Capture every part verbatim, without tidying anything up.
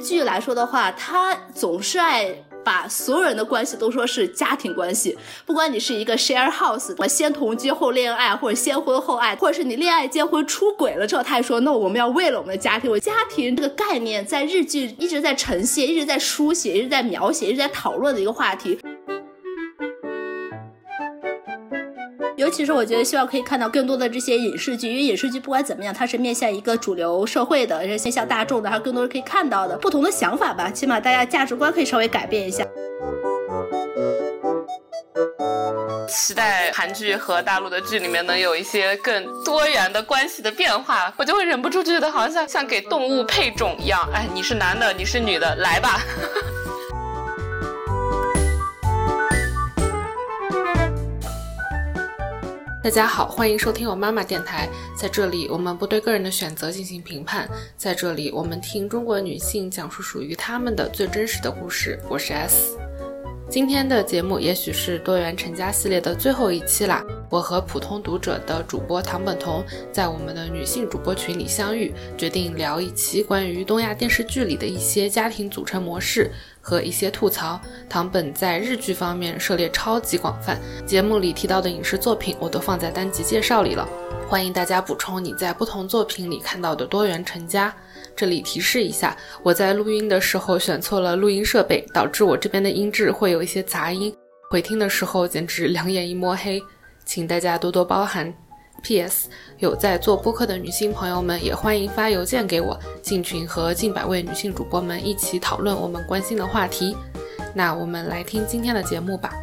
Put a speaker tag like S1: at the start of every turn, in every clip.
S1: 剧来说的话，它总是爱把所有人的关系都说是家庭关系，不管你是一个 share house， 先同居后恋爱，或者先婚后爱，或者是你恋爱结婚出轨了之后，他也说那我们要为了我们的家庭。家庭这个概念在日剧一直在呈现，一直在书写，一直在描写，一直在讨论的一个话题。尤其是我觉得希望可以看到更多的这些影视剧，因为影视剧不管怎么样它是面向一个主流社会的，是面向大众的，还有更多人可以看到的不同的想法吧，起码大家价值观可以稍微改变一下。
S2: 期待韩剧和大陆的剧里面能有一些更多元的关系的变化，我就会忍不住觉得好像像给动物配种一样，哎，你是男的你是女的来吧。
S3: 大家好，欢迎收听我妈妈电台，在这里我们不对个人的选择进行评判，在这里我们听中国女性讲述属于她们的最真实的故事。我是 S。 今天的节目也许是多元成家系列的最后一期啦，我和普通读者的主播唐本彤在我们的女性主播群里相遇，决定聊一期关于东亚电视剧里的一些家庭组成模式和一些吐槽。唐本在日剧方面涉猎超级广泛，节目里提到的影视作品我都放在单集介绍里了，欢迎大家补充你在不同作品里看到的多元成家。这里提示一下，我在录音的时候选错了录音设备，导致我这边的音质会有一些杂音，回听的时候简直两眼一摸黑，请大家多多包涵。 P S 有在做播客的女性朋友们也欢迎发邮件给我，进群和近百位女性主播们一起讨论我们关心的话题。那我们来听今天的节目吧。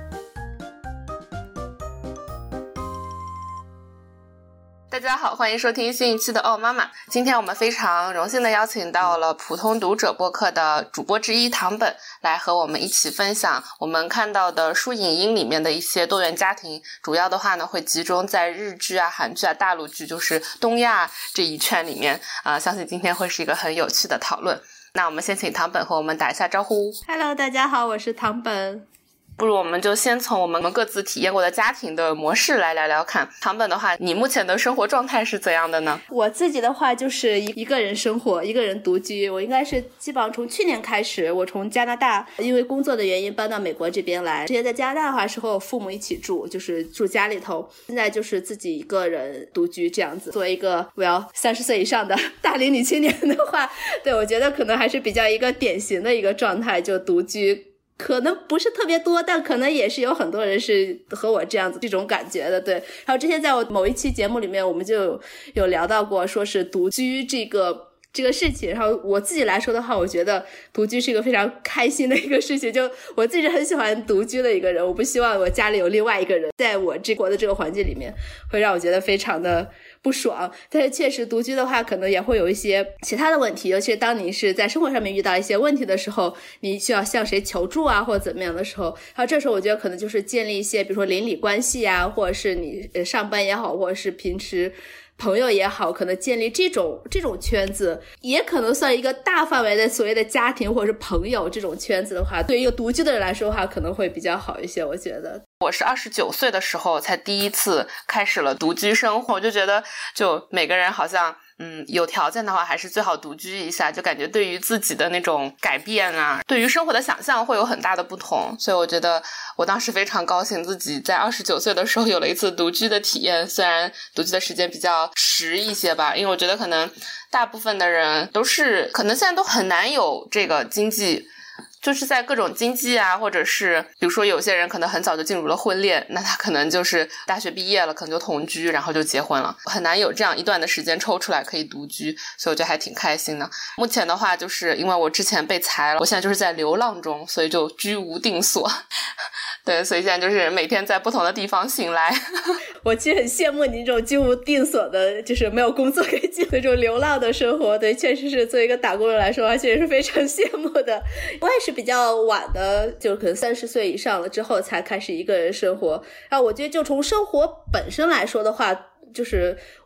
S2: 大家好，欢迎收听新一期的哦妈妈。今天我们非常荣幸的邀请到了普通读者播客的主播之一唐本，来和我们一起分享我们看到的书影音里面的一些多元家庭，主要的话呢会集中在日剧啊、韩剧啊、大陆剧，就是东亚这一圈里面啊、呃，相信今天会是一个很有趣的讨论。那我们先请唐本和我们打一下招呼。
S1: Hello， 大家好，我是唐本。
S2: 不如我们就先从我们各自体验过的家庭的模式来聊聊看。唐本的话，你目前的生活状态是怎样的呢？
S1: 我自己的话就是一个人生活，一个人独居。我应该是基本上从去年开始，我从加拿大因为工作的原因搬到美国这边来。之前在加拿大的话是和我父母一起住，就是住家里头，现在就是自己一个人独居这样子。作为一个我要三十岁以上的大龄女青年的话，对，我觉得可能还是比较一个典型的一个状态，就独居。可能不是特别多，但可能也是有很多人是和我这样子这种感觉的，对。还有之前在我某一期节目里面，我们就有聊到过，说是独居这个这个事情。然后我自己来说的话，我觉得独居是一个非常开心的一个事情，就我自己很喜欢独居的一个人，我不希望我家里有另外一个人，在我这活的这个环境里面，会让我觉得非常的不爽。但是确实独居的话可能也会有一些其他的问题，尤其是当你是在生活上面遇到一些问题的时候，你需要向谁求助啊或者怎么样的时候，还有这时候我觉得可能就是建立一些比如说邻里关系啊，或者是你上班也好，或者是平时朋友也好，可能建立这种这种圈子，也可能算一个大范围的所谓的家庭或者是朋友这种圈子的话，对于一个独居的人来说的话可能会比较好一些，我觉得。
S2: 我是二十九岁的时候才第一次开始了独居生活，我就觉得就每个人好像嗯，有条件的话还是最好独居一下，就感觉对于自己的那种改变啊，对于生活的想象会有很大的不同。所以我觉得我当时非常高兴自己在二十九岁的时候有了一次独居的体验，虽然独居的时间比较迟一些吧，因为我觉得可能大部分的人都是可能现在都很难有这个经济，就是在各种经济啊，或者是比如说有些人可能很早就进入了婚恋，那他可能就是大学毕业了可能就同居然后就结婚了，很难有这样一段的时间抽出来可以独居，所以我觉得还挺开心的。目前的话就是因为我之前被裁了，我现在就是在流浪中，所以就居无定所对，所以现在就是每天在不同的地方醒来
S1: 我其实很羡慕你这种居无定所的，就是没有工作可以进那种流浪的生活，对，确实是作为一个打工人来说的话，确实是非常羡慕的。我也是比较晚的，就可能三十岁以上了之后才开始一个人生活。然后我觉得就从生活本身来说的话，就是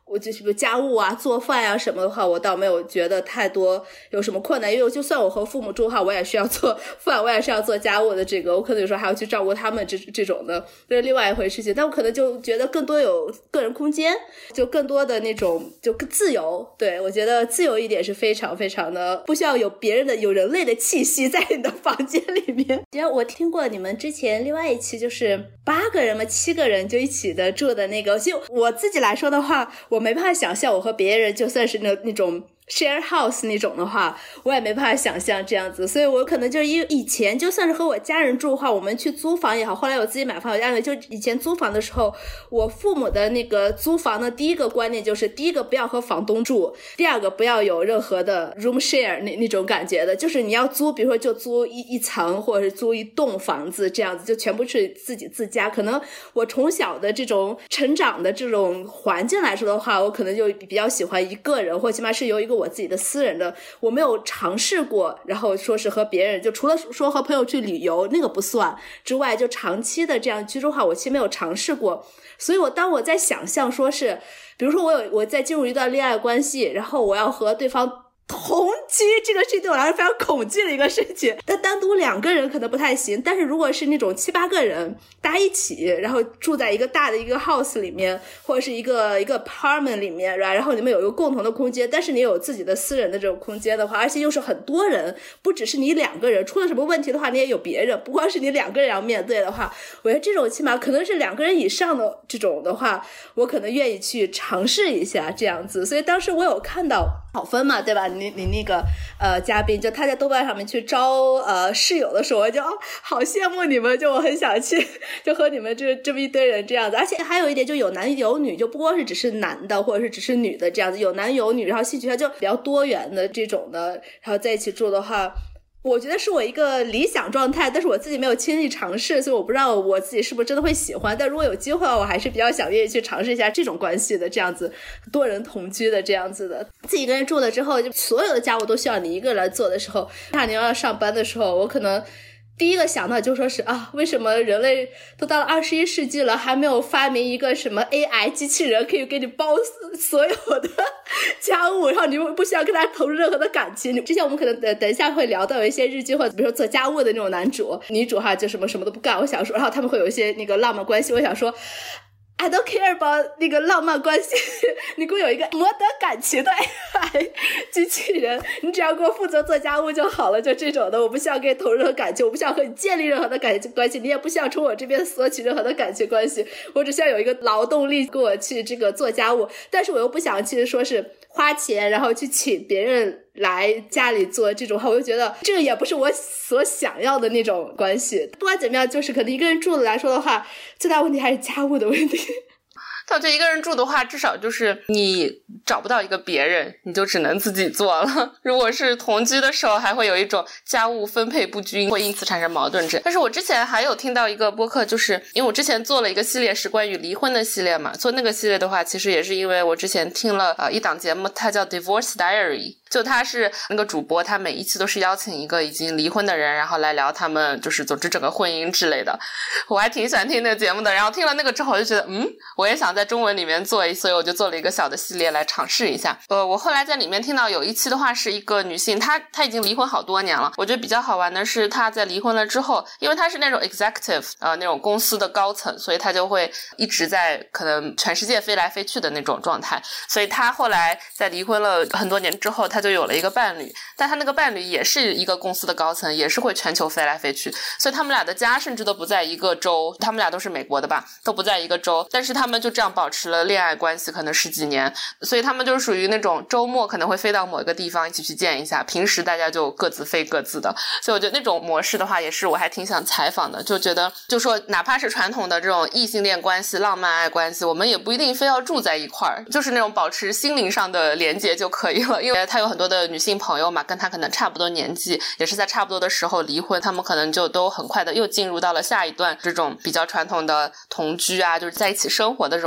S1: 我就是比如家务啊、做饭啊什么的话，我倒没有觉得太多有什么困难，因为就算我和父母住的话，我也需要做饭，我也是要做家务的，这个我可能有时候还要去照顾他们这这种的，这是另外一回事情。但我可能就觉得更多有个人空间，就更多的那种就自由。对，我觉得自由一点是非常非常的，不需要有别人的有人类的气息在你的房间里面。其实我听过你们之前另外一期就是八个人嘛，七个人就一起的住的那个，就我自己来说的话，我没办法想象我和别人就算是那那种share house 那种的话，我也没办法想象这样子。所以我可能就是因为以前就算是和我家人住的话，我们去租房也好，后来我自己买房，我家人就以前租房的时候，我父母的那个租房的第一个观念就是第一个不要和房东住，第二个不要有任何的 room share 那那种感觉的，就是你要租比如说就租一一层或者是租一栋房子这样子，就全部是自己自家。可能我从小的这种成长的这种环境来说的话，我可能就比较喜欢一个人，或起码是有一个我自己的私人的，我没有尝试过，然后说是和别人，就除了说和朋友去旅游那个不算之外，就长期的这样居住的话，我其实没有尝试过。所以我当我在想象说是比如说我有我在进入一段恋爱关系，然后我要和对方同居，这个事情对我来说非常恐惧的一个事情。但单独两个人可能不太行，但是如果是那种七八个人大家一起，然后住在一个大的一个 house 里面，或者是一个一个 apartment 里面，然后你们有一个共同的空间，但是你有自己的私人的这种空间的话，而且又是很多人，不只是你两个人，出了什么问题的话你也有别人，不光是你两个人要面对的话，我觉得这种起码可能是两个人以上的这种的话，我可能愿意去尝试一下这样子。所以当时我有看到好分嘛，对吧？你你那个呃嘉宾，就他在豆瓣上面去招呃室友的时候，我就哦好羡慕你们，就我很想去，就和你们这这么一堆人这样子。而且还有一点，就有男有女，就不光是只是男的或者是只是女的这样子，有男有女，然后兴趣它就比较多元的这种的，然后在一起住的话。我觉得是我一个理想状态，但是我自己没有亲力尝试，所以我不知道我自己是不是真的会喜欢。但如果有机会的话，我还是比较想愿意去尝试一下这种关系的，这样子多人同居的这样子的。自己一个人住了之后，就所有的家务都需要你一个人来做的时候，那你要上班的时候，我可能第一个想到就说是啊，为什么人类都到了二十一世纪了，还没有发明一个什么 A I 机器人可以给你包所有的家务，然后你不需要跟他投入任何的感情。之前我们可能等等一下会聊到有一些日剧或者比如说做家务的那种男主女主哈，就什么什么都不干，我想说，然后他们会有一些那个浪漫关系，我想说I don't care about 那个浪漫关系，你给我有一个摩得感情的 A I 机器人，你只要给我负责做家务就好了，就这种的，我不需要给你投入任何感情，我不需要和你建立任何的感情关系，你也不需要从我这边索取任何的感情关系，我只需要有一个劳动力给我去这个做家务，但是我又不想去说是花钱然后去请别人来家里做这种话，我就觉得这个也不是我所想要的那种关系。不管怎么样，就是可能一个人住的来说的话，最大问题还是家务的问题。
S2: 但我觉得一个人住的话，至少就是你找不到一个别人，你就只能自己做了。如果是同居的时候，还会有一种家务分配不均，会因此产生矛盾症。但是我之前还有听到一个播客，就是因为我之前做了一个系列是关于离婚的系列嘛，做那个系列的话，其实也是因为我之前听了呃一档节目，它叫 Divorce Diary。就他是那个主播，他每一期都是邀请一个已经离婚的人，然后来聊他们就是总之整个婚姻之类的。我还挺喜欢听那个节目的，然后听了那个之后我就觉得嗯，我也想在中文里面做一，所以我就做了一个小的系列来尝试一下。呃，我后来在里面听到有一期的话是一个女性，她她已经离婚好多年了。我觉得比较好玩的是她在离婚了之后，因为她是那种 executive 呃那种公司的高层，所以她就会一直在可能全世界飞来飞去的那种状态。所以她后来在离婚了很多年之后，她就有了一个伴侣，但她那个伴侣也是一个公司的高层，也是会全球飞来飞去，所以他们俩的家甚至都不在一个州，他们俩都是美国的吧，都不在一个州，但是他们就这样保持了恋爱关系可能十几年，所以他们就是属于那种周末可能会飞到某一个地方一起去见一下，平时大家就各自飞各自的。所以我觉得那种模式的话也是我还挺想采访的，就觉得就说哪怕是传统的这种异性恋关系浪漫爱关系，我们也不一定非要住在一块儿，就是那种保持心灵上的连接就可以了。因为他有很多的女性朋友嘛，跟他可能差不多年纪，也是在差不多的时候离婚，他们可能就都很快的又进入到了下一段这种比较传统的同居啊，就是在一起生活的这种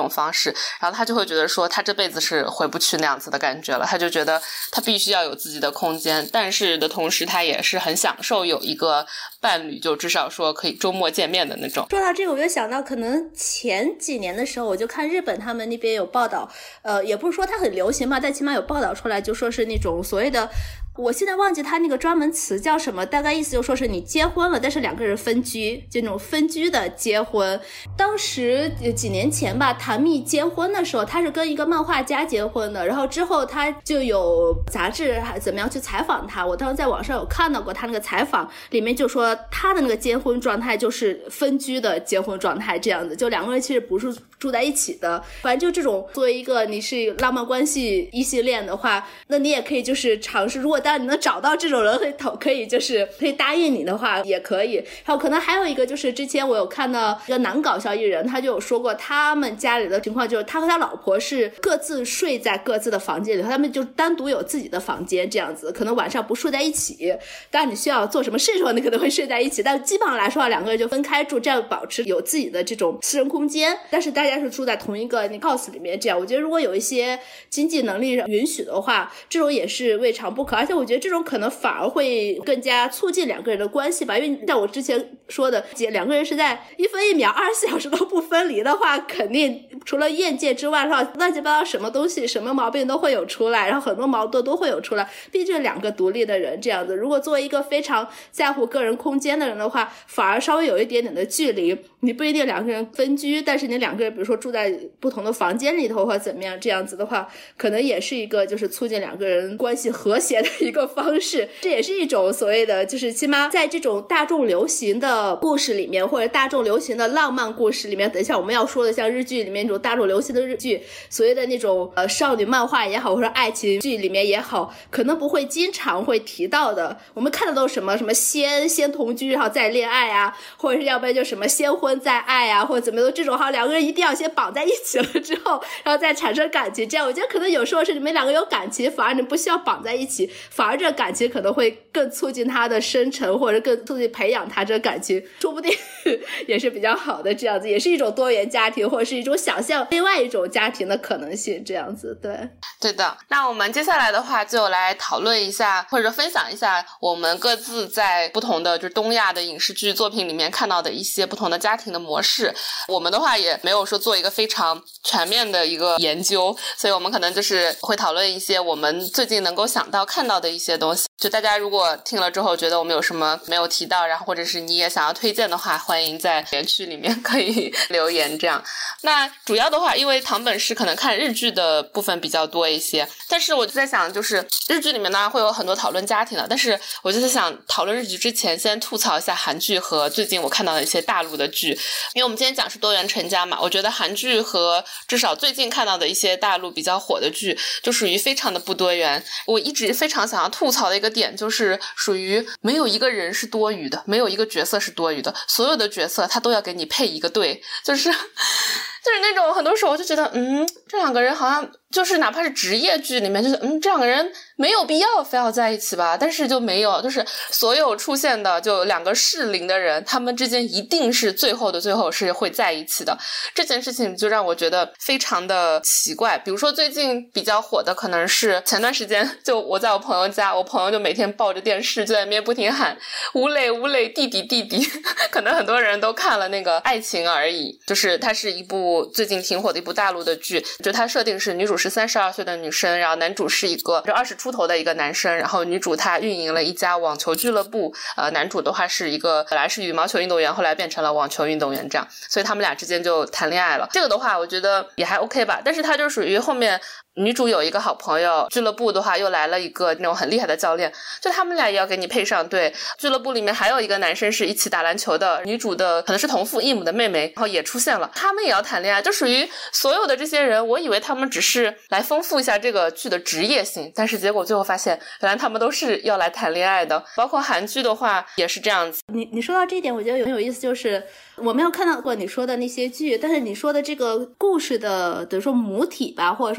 S2: 种方式，然后他就会觉得说他这辈子是回不去那样子的感觉了，他就觉得他必须要有自己的空间，但是的同时他也是很享受有一个伴侣，就至少说可以周末见面的那种。
S1: 说到这个我就想到可能前几年的时候我就看日本他们那边有报道，呃，也不是说它很流行吧，但起码有报道出来，就说是那种所谓的，我现在忘记他那个专门词叫什么，大概意思就说是你结婚了但是两个人分居，就那种分居的结婚。当时几年前吧，谭蜜结婚的时候他是跟一个漫画家结婚的，然后之后他就有杂志还怎么样去采访他，我当时在网上有看到过他那个采访，里面就说他的那个结婚状态就是分居的结婚状态这样子，就两个人其实不是住在一起的。反正就这种作为一个你是浪漫关系异性恋的话，那你也可以就是尝试，如果当然你能找到这种人可以可以就是可以答应你的话也可以。还有可能还有一个就是之前我有看到一个男搞笑艺人，他就有说过他们家里的情况，就是他和他老婆是各自睡在各自的房间里，他们就单独有自己的房间这样子，可能晚上不睡在一起，当然你需要做什么事的时候你可能会睡在一起，但基本上来说两个人就分开住，这样保持有自己的这种私人空间，但是大家是住在同一个 house 里面，这样我觉得如果有一些经济能力允许的话，这种也是未尝不可。而且我觉得这种可能反而会更加促进两个人的关系吧，因为像我之前说的，两个人是在一分一秒二十四小时都不分离的话，肯定除了厌倦之外的话，乱七八糟什么东西什么毛病都会有出来，然后很多矛盾都会有出来，毕竟两个独立的人这样子，如果作为一个非常在乎个人空间的人的话，反而稍微有一点点的距离，你不一定两个人分居，但是你两个人比如说住在不同的房间里头或怎么样，这样子的话可能也是一个就是促进两个人关系和谐的一个方式。这也是一种所谓的就是起码在这种大众流行的故事里面，或者大众流行的浪漫故事里面，等一下我们要说的像日剧里面那种大众流行的日剧，所谓的那种呃少女漫画也好，或者爱情剧里面也好，可能不会经常会提到的。我们看的都是什么什么先先同居然后再恋爱啊，或者是要不然就什么先婚再爱啊，或者怎么的这种，好两个人一定要先绑在一起了之后然后再产生感情，这样我觉得可能有时候是你们两个有感情，反而你不需要绑在一起，反而这个感情可能会更促进它的生成，或者更促进培养它这个感情，说不定也是比较好的，这样子也是一种多元家庭，或者是一种想象另外一种家庭的可能性，这样子。对
S2: 对的。那我们接下来的话就来讨论一下，或者分享一下我们各自在不同的就是东亚的影视剧作品里面看到的一些不同的家庭的模式。我们的话也没有说做一个非常全面的一个研究，所以我们可能就是会讨论一些我们最近能够想到看到的一些东西，就大家如果听了之后觉得我们有什么没有提到，然后或者是你也想要推荐的话，欢迎在留言区里面可以留言这样。那主要的话因为堂本是可能看日剧的部分比较多一些，但是我就在想就是日剧里面呢会有很多讨论家庭的，但是我就在想讨论日剧之前先吐槽一下韩剧和最近我看到的一些大陆的剧，因为我们今天讲是多元成家嘛，我觉得韩剧和至少最近看到的一些大陆比较火的剧就属于非常的不多元。我一直非常想要吐槽的一个点就是属于没有一个人是多余的，没有一个角色是多余的，所有的角色他都要给你配一个对，就是就是那种很多时候我就觉得嗯，这两个人好像就是哪怕是职业剧里面就是嗯，这两个人没有必要非要在一起吧，但是就没有，就是所有出现的就两个适龄的人他们之间一定是最后的最后是会在一起的，这件事情就让我觉得非常的奇怪。比如说最近比较火的可能是前段时间就我在我朋友家，我朋友就每天抱着电视就在那边不停喊吴磊吴磊弟弟弟弟可能很多人都看了那个爱情而已，就是它是一部最近挺火的一部大陆的剧，就它设定是女主是三十二岁的女生，然后男主是一个就二十出头的一个男生，然后女主她运营了一家网球俱乐部，呃，男主的话是一个本来是羽毛球运动员，后来变成了网球运动员这样，所以他们俩之间就谈恋爱了。这个的话我觉得也还 OK 吧，但是他就属于后面女主有一个好朋友，俱乐部的话又来了一个那种很厉害的教练，就他们俩也要给你配上对。俱乐部里面还有一个男生是一起打篮球的，女主的可能是同父异母的妹妹，然后也出现了，他们也要谈恋爱，就属于所有的这些人我以为他们只是来丰富一下这个剧的职业性，但是结果最后发现原来他们都是要来谈恋爱的。包括韩剧的话也是这样子。
S1: 你你说到这一点我觉得很有意思，就是我没有看到过你说的那些剧，但是你说的这个故事的等于说母体吧，或者说这个所谓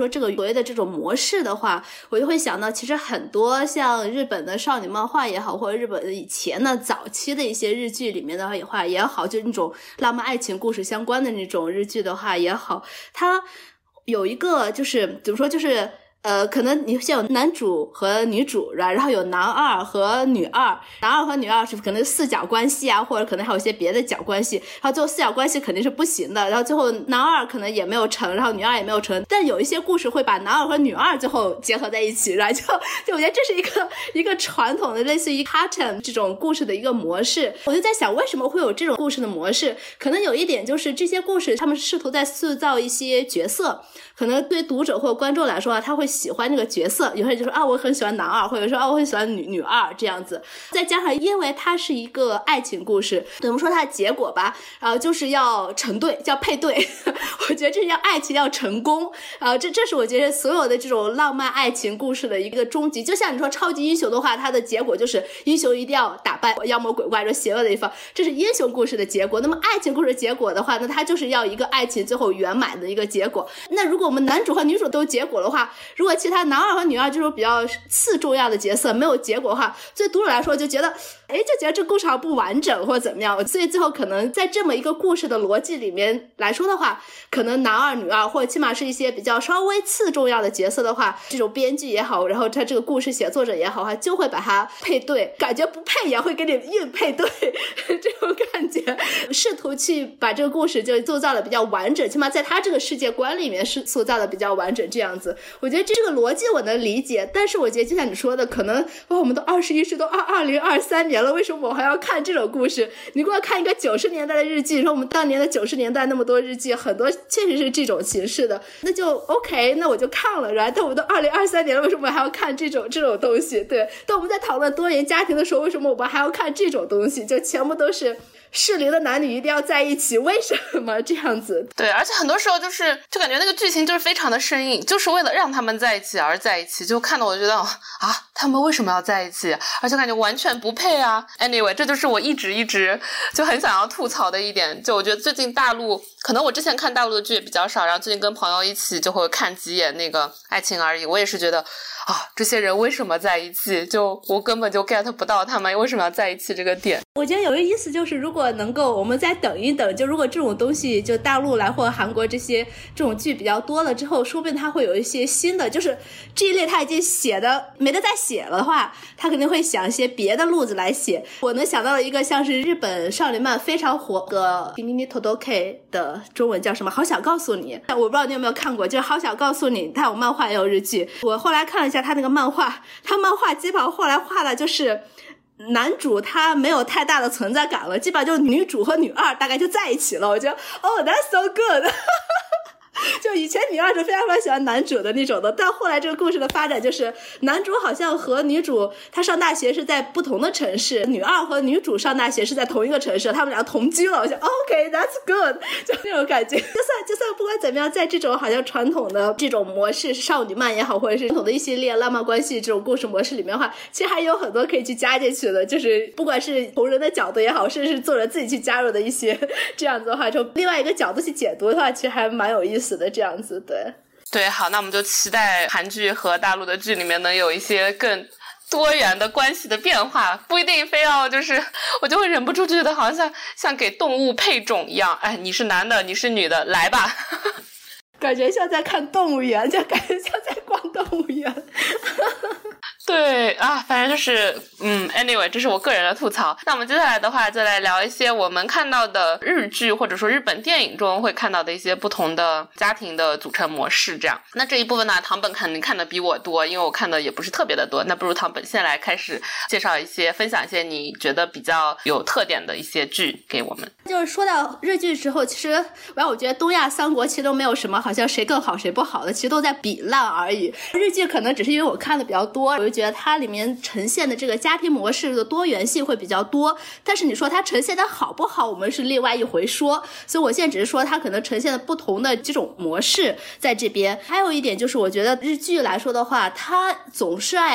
S1: 谓的这种模式的话，我就会想到其实很多像日本的少女漫画也好，或者日本的以前的早期的一些日剧里面的话也好，就那种浪漫爱情故事相关的那种日剧的话也好，它有一个就是怎么说，就是呃，可能你现有男主和女主，然后有男二和女二，男二和女二是可能四角关系啊，或者可能还有一些别的角关系，然后最后四角关系肯定是不行的，然后最后男二可能也没有成，然后女二也没有成，但有一些故事会把男二和女二最后结合在一起，然后就就我觉得这是一个一个传统的类似于 pattern 这种故事的一个模式。我就在想为什么会有这种故事的模式，可能有一点就是这些故事他们试图在塑造一些角色，可能对读者或者观众来说啊，他会喜欢那个角色，有些人就说啊我很喜欢男二，或者说啊我很喜欢女女二这样子。再加上因为它是一个爱情故事，怎么说它的结果吧，然后就是要成对，叫配对我觉得这是要爱情要成功，然后这这是我觉得所有的这种浪漫爱情故事的一个终极。就像你说超级英雄的话，它的结果就是英雄一定要打败妖魔鬼怪这邪恶的一方，这是英雄故事的结果。那么爱情故事的结果的话，那它就是要一个爱情最后圆满的一个结果。那如果我们男主和女主都结果的话，如果其他男二和女二这种比较次重要的角色没有结果的话，对读者来说就觉得哎，就觉得这故事好像不完整或者怎么样。所以最后可能在这么一个故事的逻辑里面来说的话，可能男二女二或者起码是一些比较稍微次重要的角色的话，这种编剧也好，然后他这个故事写作者也好，他就会把它配对，感觉不配也会给你硬配对这种感觉，试图去把这个故事就塑造的比较完整，起码在他这个世界观里面是塑造的比较完整这样子。我觉得这个逻辑我能理解，但是我觉得就像你说的，可能哇我们都二十一世都二二零二三年了，为什么我还要看这种故事？你给我看一个九十年代的日剧，说我们当年的九十年代那么多日剧，很多确实是这种形式的，那就 OK， 那我就看了。然后但我们都二零二三年了，为什么还要看这种这种东西？对，当我们在讨论多元家庭的时候，为什么我们还要看这种东西？就全部都是适龄的男女一定要在一起，为什么这样子？
S2: 对，而且很多时候就是就感觉那个剧情就是非常的生硬，就是为了让他们在一起而在一起，就看得我觉得啊，他们为什么要在一起？而且感觉完全不配啊。 Anyway， 这就是我一直一直就很想要吐槽的一点。就我觉得最近大陆，可能我之前看大陆的剧也比较少，然后最近跟朋友一起就会看几眼那个爱情而已，我也是觉得啊，这些人为什么在一起？就我根本就 get 不到他们为什么要在一起这个点。
S1: 我觉得有一个意思就是，如果能够我们再等一等，就如果这种东西就大陆来或者韩国这些这种剧比较多了之后，说不定它会有一些新的，就是这一类他已经写的没得再写了的话，他肯定会想一些别的路子来写。我能想到的一个像是日本少女漫非常火的 Kimi Todoke 的中文叫什么？好想告诉你，我不知道你有没有看过，就是好想告诉你，它有漫画也有日剧。我后来看了一下他那个漫画，他漫画基本上后来画的就是男主他没有太大的存在感了，基本上就女主和女二大概就在一起了。我觉得哦 that's so good 就以前女二是非常非常喜欢男主的那种的，但后来这个故事的发展就是男主好像和女主他上大学是在不同的城市，女二和女主上大学是在同一个城市，他们俩同居了。我想 OK that's good 就那种感觉。就算就算不管怎么样，在这种好像传统的这种模式，少女漫也好，或者是传统的一系列浪漫关系这种故事模式里面的话，其实还有很多可以去加进去的，就是不管是从人的角度也好，甚至是作者自己去加入的一些这样子的话，从另外一个角度去解读的话，其实还蛮有意思的这样子。对
S2: 对，好，那我们就期待韩剧和大陆的剧里面能有一些更多元的关系的变化，不一定非要就是我就会忍不住觉得好像像像给动物配种一样，哎，你是男的你是女的来吧
S1: 感觉像在看动物园，就感觉像在逛动物园
S2: 对啊，反正就是嗯 anyway 这是我个人的吐槽。那我们接下来的话就来聊一些我们看到的日剧或者说日本电影中会看到的一些不同的家庭的组成模式这样。那这一部分呢，唐本肯定看的比我多，因为我看的也不是特别的多，那不如唐本先来开始介绍一些分享一些你觉得比较有特点的一些剧给我们。
S1: 就是说到日剧之后，其实我觉得东亚三国其实都没有什么好像谁更好谁不好的，其实都在比烂而已。日剧可能只是因为我看的比较多，我就觉得它里面呈现的这个家庭模式的多元性会比较多，但是你说它呈现的好不好，我们是另外一回说。所以我现在只是说它可能呈现的不同的这种模式在这边。还有一点就是我觉得日剧来说的话，它总是爱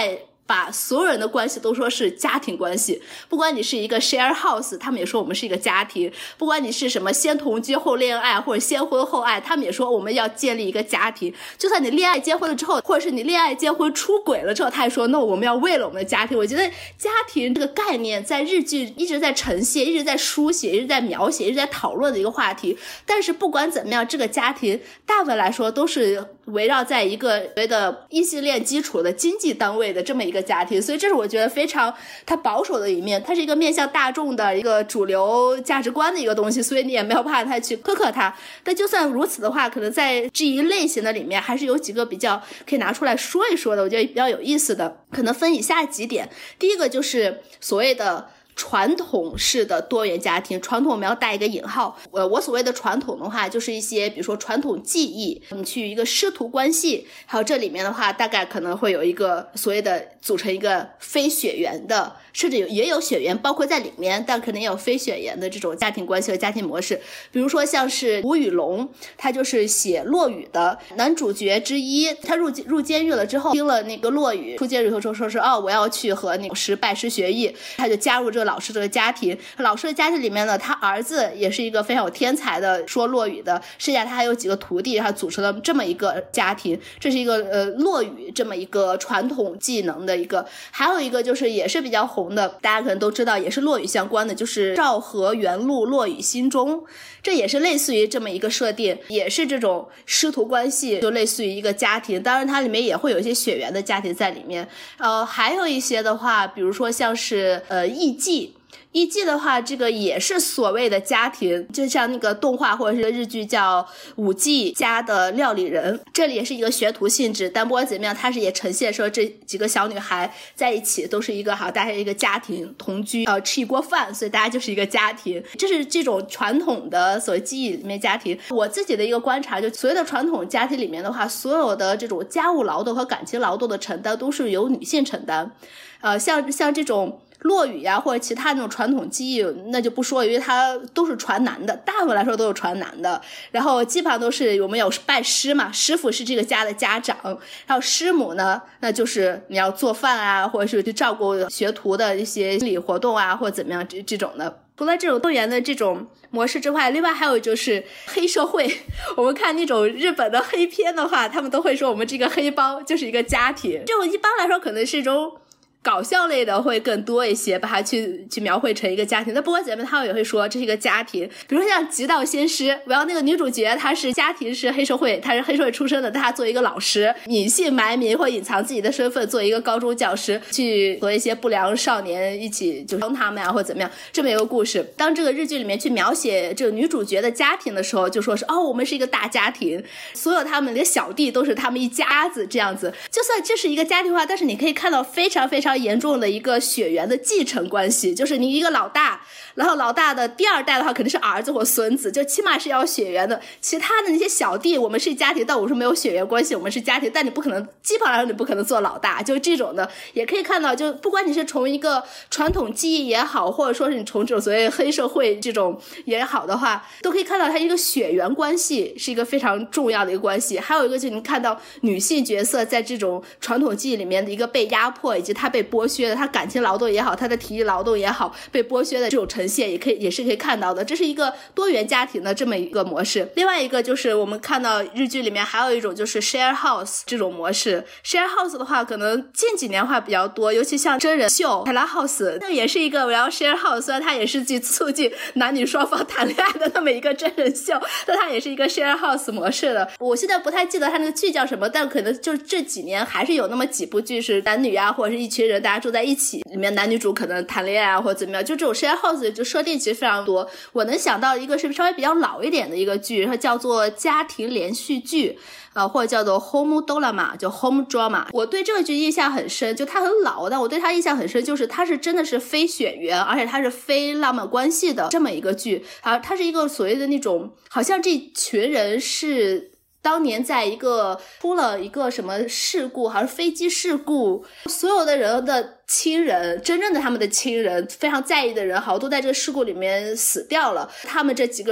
S1: 把所有人的关系都说是家庭关系，不管你是一个 share house， 他们也说我们是一个家庭，不管你是什么先同居后恋爱或者先婚后爱，他们也说我们要建立一个家庭。就算你恋爱结婚了之后，或者是你恋爱结婚出轨了之后，他也说那我们要为了我们的家庭。我觉得家庭这个概念在日剧一直在呈现，一直在书写，一直在描写，一直在讨论的一个话题。但是不管怎么样，这个家庭大部分来说都是围绕在一个所谓的异性恋基础的经济单位的这么一个家庭，所以这是我觉得非常它保守的一面，它是一个面向大众的一个主流价值观的一个东西，所以你也没有办法太去苛刻它。但就算如此的话，可能在这一类型的里面还是有几个比较可以拿出来说一说的，我觉得比较有意思的，可能分以下几点。第一个就是所谓的传统式的多元家庭，传统我们要带一个引号，呃，我所谓的传统的话，就是一些比如说传统技艺，你去一个师徒关系，还有这里面的话，大概可能会有一个所谓的组成一个非血缘的，甚至也有血缘包括在里面，但可能也有非血缘的这种家庭关系和家庭模式。比如说像是吴宇龙，他就是写落语的男主角之一，他入入监狱了之后，听了那个落语，出监狱后说说是哦，我要去和那个师拜师学艺，他就加入这个老师这个家庭。老师的家庭里面呢，他儿子也是一个非常有天才的说落语的，剩下他还有几个徒弟，他组成了这么一个家庭。这是一个呃落语这么一个传统技能的一个。还有一个就是也是比较红的，大家可能都知道，也是落语相关的，就是昭和元禄落语心中，这也是类似于这么一个设定，也是这种师徒关系，就类似于一个家庭。当然它里面也会有一些血缘的家庭在里面。呃，还有一些的话，比如说像是呃艺妓。艺妓的话，这个也是所谓的家庭，就像那个动画或者是日剧叫舞伎家的料理人，这里也是一个学徒性质，但不管怎么样，它是也呈现说这几个小女孩在一起都是一个好，大家一个家庭同居，呃，吃一锅饭，所以大家就是一个家庭。这是这种传统的所谓记忆里面家庭。我自己的一个观察，就所谓的传统家庭里面的话，所有的这种家务劳动和感情劳动的承担都是由女性承担，呃，像像这种落语呀、啊、或者其他那种传统技艺那就不说，因为它都是传男的，大部分来说都是传男的。然后基本上都是我们有拜师嘛，师傅是这个家的家长，还有师母呢，那就是你要做饭啊，或者是去照顾学徒的一些心理活动啊，或者怎么样这这种的。除了这种多元的这种模式之外，另外还有就是黑社会。我们看那种日本的黑片的话，他们都会说我们这个黑帮就是一个家庭，这种一般来说可能是一种搞笑类的会更多一些，把它去去描绘成一个家庭。那不管怎么样，他们也会说这是一个家庭。比如说像极道鲜师，然后那个女主角她是家庭是黑社会，她是黑社会出身的，她做一个老师，隐姓埋名或隐藏自己的身份，做一个高中教师，去和一些不良少年一起就帮他们啊，或者怎么样，这么一个故事。当这个日剧里面去描写这个女主角的家庭的时候，就说是哦，我们是一个大家庭，所有他们的小弟都是他们一家子这样子。就算这是一个家庭化，但是你可以看到非常非常严重的一个血缘的继承关系，就是你一个老大，然后老大的第二代的话肯定是儿子或孙子，就起码是要血缘的。其他的那些小弟，我们是家庭，但我是没有血缘关系，我们是家庭，但你不可能，基本上你不可能做老大，就这种的。也可以看到，就不管你是从一个传统技艺也好，或者说是你从这种所谓黑社会这种也好的话，都可以看到它一个血缘关系是一个非常重要的一个关系。还有一个就是你看到女性角色在这种传统技艺里面的一个被压迫，以及她被剥削的，她感情劳动也好，她的体力劳动也好，被剥削的这种呈现也可以也是可以看到的。这是一个多元家庭的这么一个模式。另外一个就是我们看到日剧里面还有一种就是 share house 这种模式。 share house 的话可能近几年话比较多，尤其像真人秀 Terrace House， 这也是一个然后 share house， 虽然它也是去促进男女双方谈恋爱的那么一个真人秀，但它也是一个 share house 模式的。我现在不太记得它那个剧叫什么，但可能就这几年还是有那么几部剧是男女啊，或者是一群人大家住在一起，里面男女主可能谈恋爱啊或者怎么样，就这种 share house 就设定其实非常多。我能想到一个是稍微比较老一点的一个剧，它叫做家庭连续剧，呃，或者叫做 home drama， 就 home drama。我对这个剧印象很深，就它很老，但我对它印象很深，就是它是真的是非血缘，而且它是非浪漫关系的这么一个剧。而它是一个所谓的那种，好像这群人是当年在一个出了一个什么事故，好像飞机事故，所有的人的亲人，真正的他们的亲人，非常在意的人，好像都在这个事故里面死掉了。他们这几个人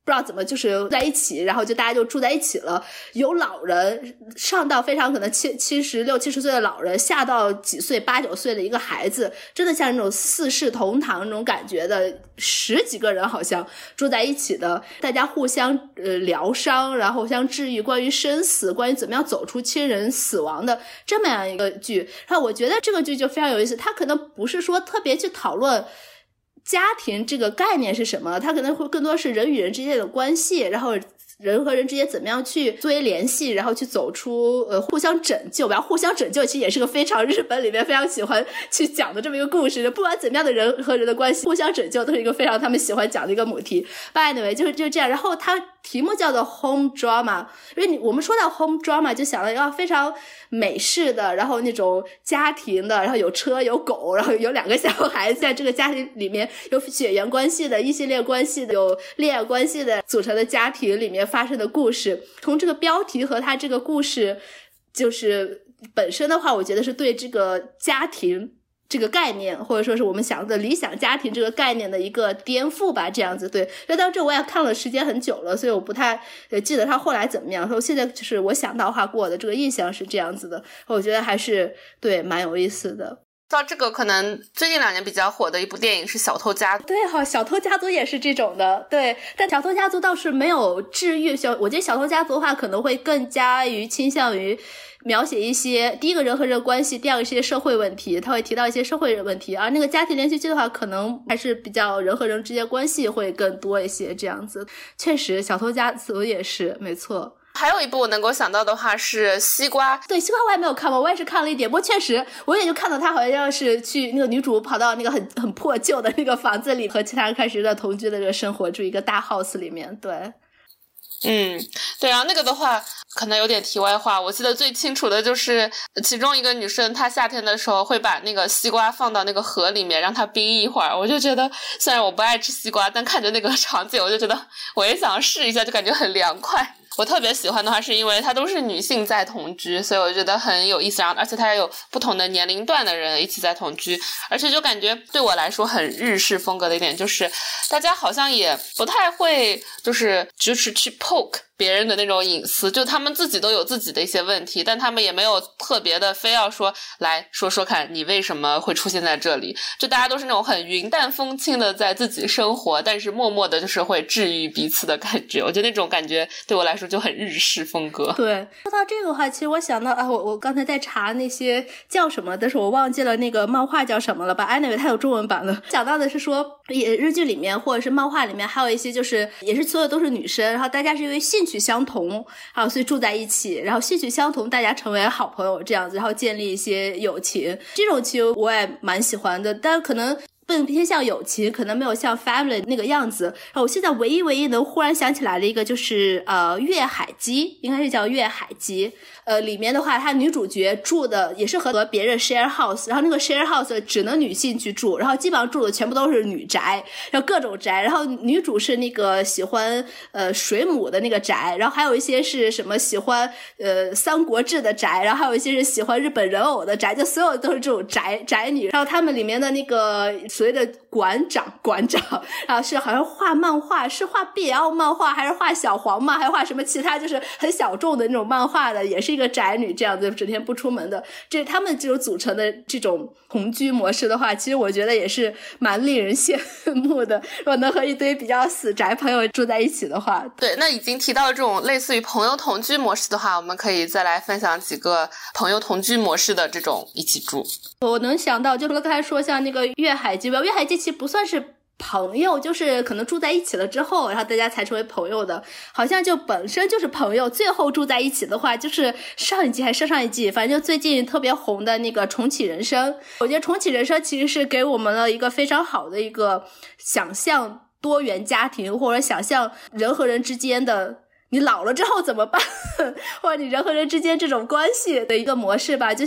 S1: 不知道怎么就是在一起，然后就大家就住在一起了。有老人上到非常可能七七十六七十岁的老人，下到几岁八九岁的一个孩子，真的像那种四世同堂那种感觉的，十几个人好像住在一起的，大家互相呃疗伤，然后互相治愈关于生死，关于怎么样走出亲人死亡的这么样一个剧。然后我觉得这个剧就非常有意思，它可能不是说特别去讨论家庭这个概念是什么，它可能会更多是人与人之间的关系，然后人和人之间怎么样去作为联系，然后去走出呃互相拯救。然后互相拯救其实也是个非常日本里面非常喜欢去讲的这么一个故事，不管怎么样的人和人的关系，互相拯救都是一个非常他们喜欢讲的一个母题。But anyway 就是就这样。然后它题目叫做 home drama， 因为你我们说到 home drama 就想到要非常美式的，然后那种家庭的，然后有车有狗，然后有两个小孩子，在这个家庭里面有血缘关系的、异性恋关系的、有恋爱关系的组成的家庭里面发生的故事。从这个标题和它这个故事就是本身的话，我觉得是对这个家庭这个概念，或者说是我们想的理想家庭这个概念的一个颠覆吧，这样子。对，那当这我也看了时间很久了，所以我不太呃记得他后来怎么样。所以现在就是我想到话过的这个印象是这样子的，我觉得还是对蛮有意思的。
S2: 到这个可能最近两年比较火的一部电影是《小偷家族》。
S1: 对哈，小偷家族也是这种的，对。但小偷家族倒是没有治愈，小我觉得小偷家族的话可能会更加于倾向于描写一些第一个人和人关系，第二个是一些社会问题，他会提到一些社会问题。而那个家庭连续剧的话，可能还是比较人和人之间关系会更多一些这样子。确实，小偷家族也是没错。
S2: 还有一部我能够想到的话是西瓜。
S1: 对，西瓜我还没有看过，我也是看了一点，不过确实我也就看到他好像是去那个女主跑到那个很很破旧的那个房子里，和其他人开始的同居的这个生活，住一个大 house 里面。对，
S2: 嗯，对，然后那个的话可能有点题外话，我记得最清楚的就是其中一个女生她夏天的时候会把那个西瓜放到那个河里面让它冰一会儿。我就觉得虽然我不爱吃西瓜，但看着那个场景我就觉得我也想要试一下，就感觉很凉快。我特别喜欢的话是因为它都是女性在同居，所以我觉得很有意思，然后而且它也有不同的年龄段的人一起在同居，而且就感觉对我来说很日式风格的一点就是大家好像也不太会就是就是去 poke 别人的那种隐私，就他们自己都有自己的一些问题，但他们也没有特别的非要说来说说看你为什么会出现在这里，就大家都是那种很云淡风轻的在自己生活，但是默默的就是会治愈彼此的感觉。我觉得那种感觉对我来说就很日式风格。
S1: 对，说到这个话，其实我想到啊，我我刚才在查那些叫什么，但是我忘记了那个漫画叫什么了吧 anyway 它有中文版了。讲到的是说也日剧里面或者是漫画里面还有一些就是也是所有都是女生，然后大家是因为兴趣相同啊，所以住在一起，然后兴趣相同大家成为好朋友这样子，然后建立一些友情。这种其实我也蛮喜欢的，但可能更偏向友情，可能没有像 family 那个样子。然后我现在唯一唯一能忽然想起来的一个就是呃月海姬，应该是叫月海姬。呃里面的话她女主角住的也是和和别人 share house， 然后那个 share house 只能女性去住，然后基本上住的全部都是女宅，然后各种宅，然后女主是那个喜欢呃水母的那个宅，然后还有一些是什么喜欢呃三国志的宅，然后还有一些是喜欢日本人偶的宅，就所有都是这种宅宅女。然后他们里面的那个所谓的馆长馆长然后是好像画漫画，是画 B L 漫画还是画小黄漫，还画什么其他就是很小众的那种漫画的，也是一个宅女这样子，整天不出门的。这他们这种组成的这种同居模式的话，其实我觉得也是蛮令人羡慕的。如果能和一堆比较死宅朋友住在一起的话。
S2: 对，那已经提到这种类似于朋友同居模式的话，我们可以再来分享几个朋友同居模式的这种一起住。
S1: 我能想到就除了刚才说像那个月海姬吧，月海姬其实不算是朋友，就是可能住在一起了之后，然后大家才成为朋友的，好像就本身就是朋友，最后住在一起的话就是上一季还是上上一季，反正就最近特别红的那个重启人生。我觉得重启人生其实是给我们了一个非常好的一个想象多元家庭，或者想象人和人之间的你老了之后怎么办或者你人和人之间这种关系的一个模式吧。就像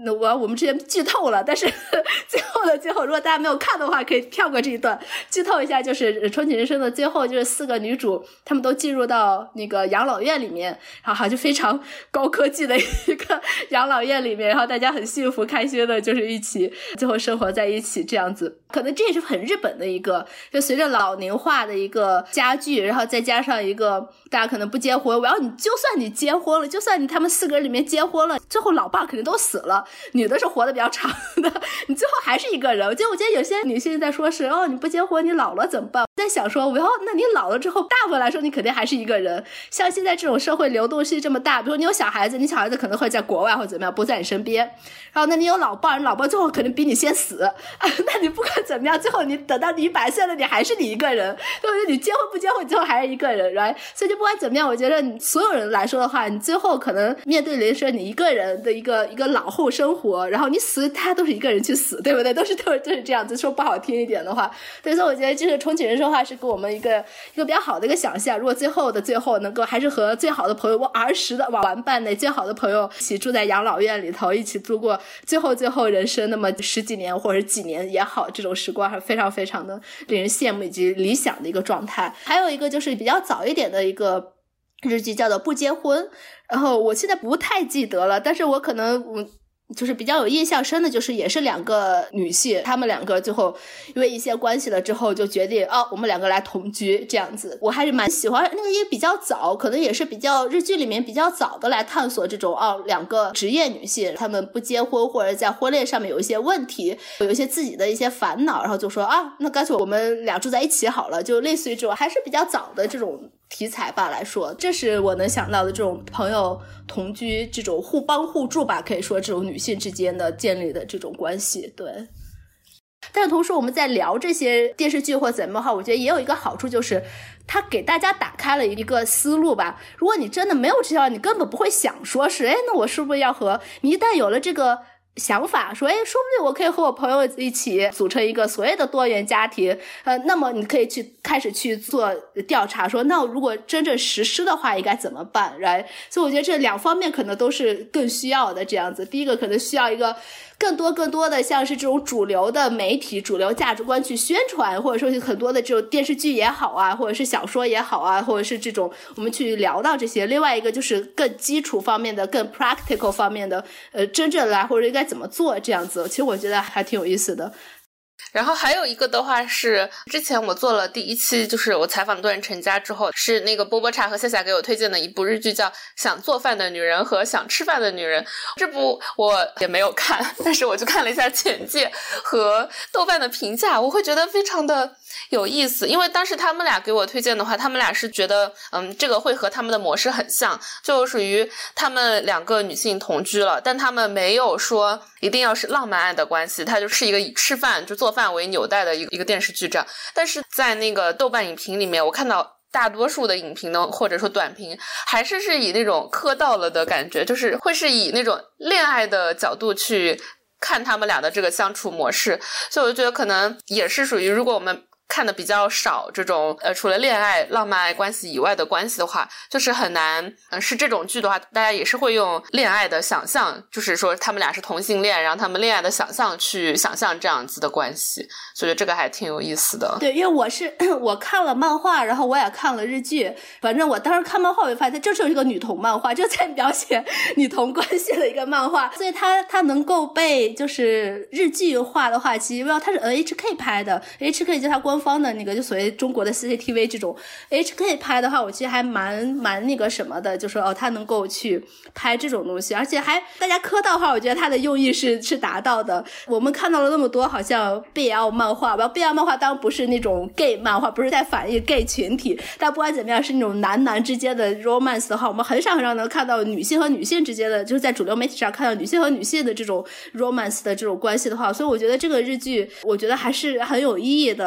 S1: 那我我们之前剧透了，但是最后的最后，如果大家没有看的话，可以跳过这一段。剧透一下，就是《重启人生》的最后，就是四个女主她们都进入到那个养老院里面，然后就非常高科技的一个养老院里面，然后大家很幸福开心的，就是一起最后生活在一起这样子。可能这也是很日本的一个，就随着老龄化的一个加剧，然后再加上一个大家可能不结婚，然后你就算你结婚了，就算你他们四个人里面结婚了，最后老伴肯定都死了，女的是活得比较长的，你最后还是一个人。我觉得我觉得有些女性在说是哦，你不结婚你老了怎么办，在想说然后那你老了之后大部分来说你肯定还是一个人。像现在这种社会流动性这么大，比如你有小孩子，你小孩子可能会在国外或者怎么样不在你身边，然后那你有老伴，你老伴最后肯定比你先死、啊、那你不管怎么样，最后你等到你一百岁了你还是你一个人，对不对？你结婚不结婚你最后还是一个人 right？ 所以就不管怎么样，我觉得你所有人来说的话，你最后可能面对人生你一个人的一个一个老后生活，然后你死他都是一个人去死，对不对？都是都是都是这样子，说不好听一点的话。对，所以我觉得这个重启人生的话是给我们一个一个比较好的一个想象，如果最后的最后能够还是和最好的朋友我儿时的玩伴的最好的朋友一起住在养老院里头，一起度过最后最后人生那么十几年或者几年也好，这种时光还非常非常的令人羡慕以及理想的一个状态。还有一个就是比较早一点的一个日剧叫做不结婚，然后我现在不太记得了，但是我可能嗯就是比较有印象深的，就是也是两个女性，她们两个最后因为一些关系了之后就决定哦，我们两个来同居这样子。我还是蛮喜欢那个，也比较早，可能也是比较日剧里面比较早的来探索这种哦，两个职业女性她们不结婚或者在婚恋上面有一些问题，有一些自己的一些烦恼，然后就说啊，那干脆我们俩住在一起好了，就类似于这种还是比较早的这种题材吧来说，这是我能想到的这种朋友同居这种互帮互助吧，可以说这种女性之间的建立的这种关系。对，但是同时我们在聊这些电视剧或怎么的话，我觉得也有一个好处，就是它给大家打开了一个思路吧。如果你真的没有这些，你根本不会想说是哎，那我是不是要和你一旦有了这个想法说，哎，说不定我可以和我朋友一起组成一个所谓的多元家庭，呃，那么你可以去开始去做调查，说那如果真正实施的话应该怎么办 right？ 所以我觉得这两方面可能都是更需要的这样子。第一个可能需要一个更多更多的像是这种主流的媒体主流价值观去宣传，或者说是很多的这种电视剧也好啊，或者是小说也好啊，或者是这种我们去聊到这些。另外一个就是更基础方面的更 practical 方面的呃，真正来或者应该怎么做这样子，其实我觉得还挺有意思的。
S2: 然后还有一个的话是，之前我做了第一期，就是我采访多人成家之后，是那个波波茶和夏夏给我推荐的一部日剧，叫《想做饭的女人和想吃饭的女人》。这部我也没有看，但是我就看了一下简介和豆瓣的评价，我会觉得非常的有意思。因为当时他们俩给我推荐的话，他们俩是觉得嗯，这个会和他们的模式很像，就属于他们两个女性同居了，但他们没有说一定要是浪漫爱的关系，它就是一个以吃饭就做饭为纽带的一个一个电视剧这样。但是在那个豆瓣影评里面，我看到大多数的影评呢，或者说短评，还是是以那种磕到了的感觉，就是会是以那种恋爱的角度去看他们俩的这个相处模式。所以我就觉得可能也是属于，如果我们看的比较少这种呃除了恋爱浪漫爱关系以外的关系的话，就是很难嗯、呃、是这种剧的话，大家也是会用恋爱的想象，就是说他们俩是同性恋，然后他们恋爱的想象去想象这样子的关系，所以这个还挺有意思的。
S1: 对，因为我是我看了漫画，然后我也看了日剧，反正我当时看漫画我就发现这就是一个女同漫画，就在描写女同关系的一个漫画，所以它它能够被就是日剧化的话，其实它是 N H K 拍的， N H K 就是它官方的那个就所谓中国的 C C T V 这种 H K 拍的话，我其实还蛮蛮那个什么的，就说哦，他能够去拍这种东西，而且还大家磕到的话，我觉得他的用意是是达到的。我们看到了那么多好像 B L 漫画吧 ，B L 漫画当然不是那种 gay 漫画，不是在反映 gay 群体，但不管怎么样是那种男男之间的 romance 的话，我们很少很少能看到女性和女性之间的，就是在主流媒体上看到女性和女性的这种 romance 的这种关系的话，所以我觉得这个日剧我觉得还是很有意义的。尤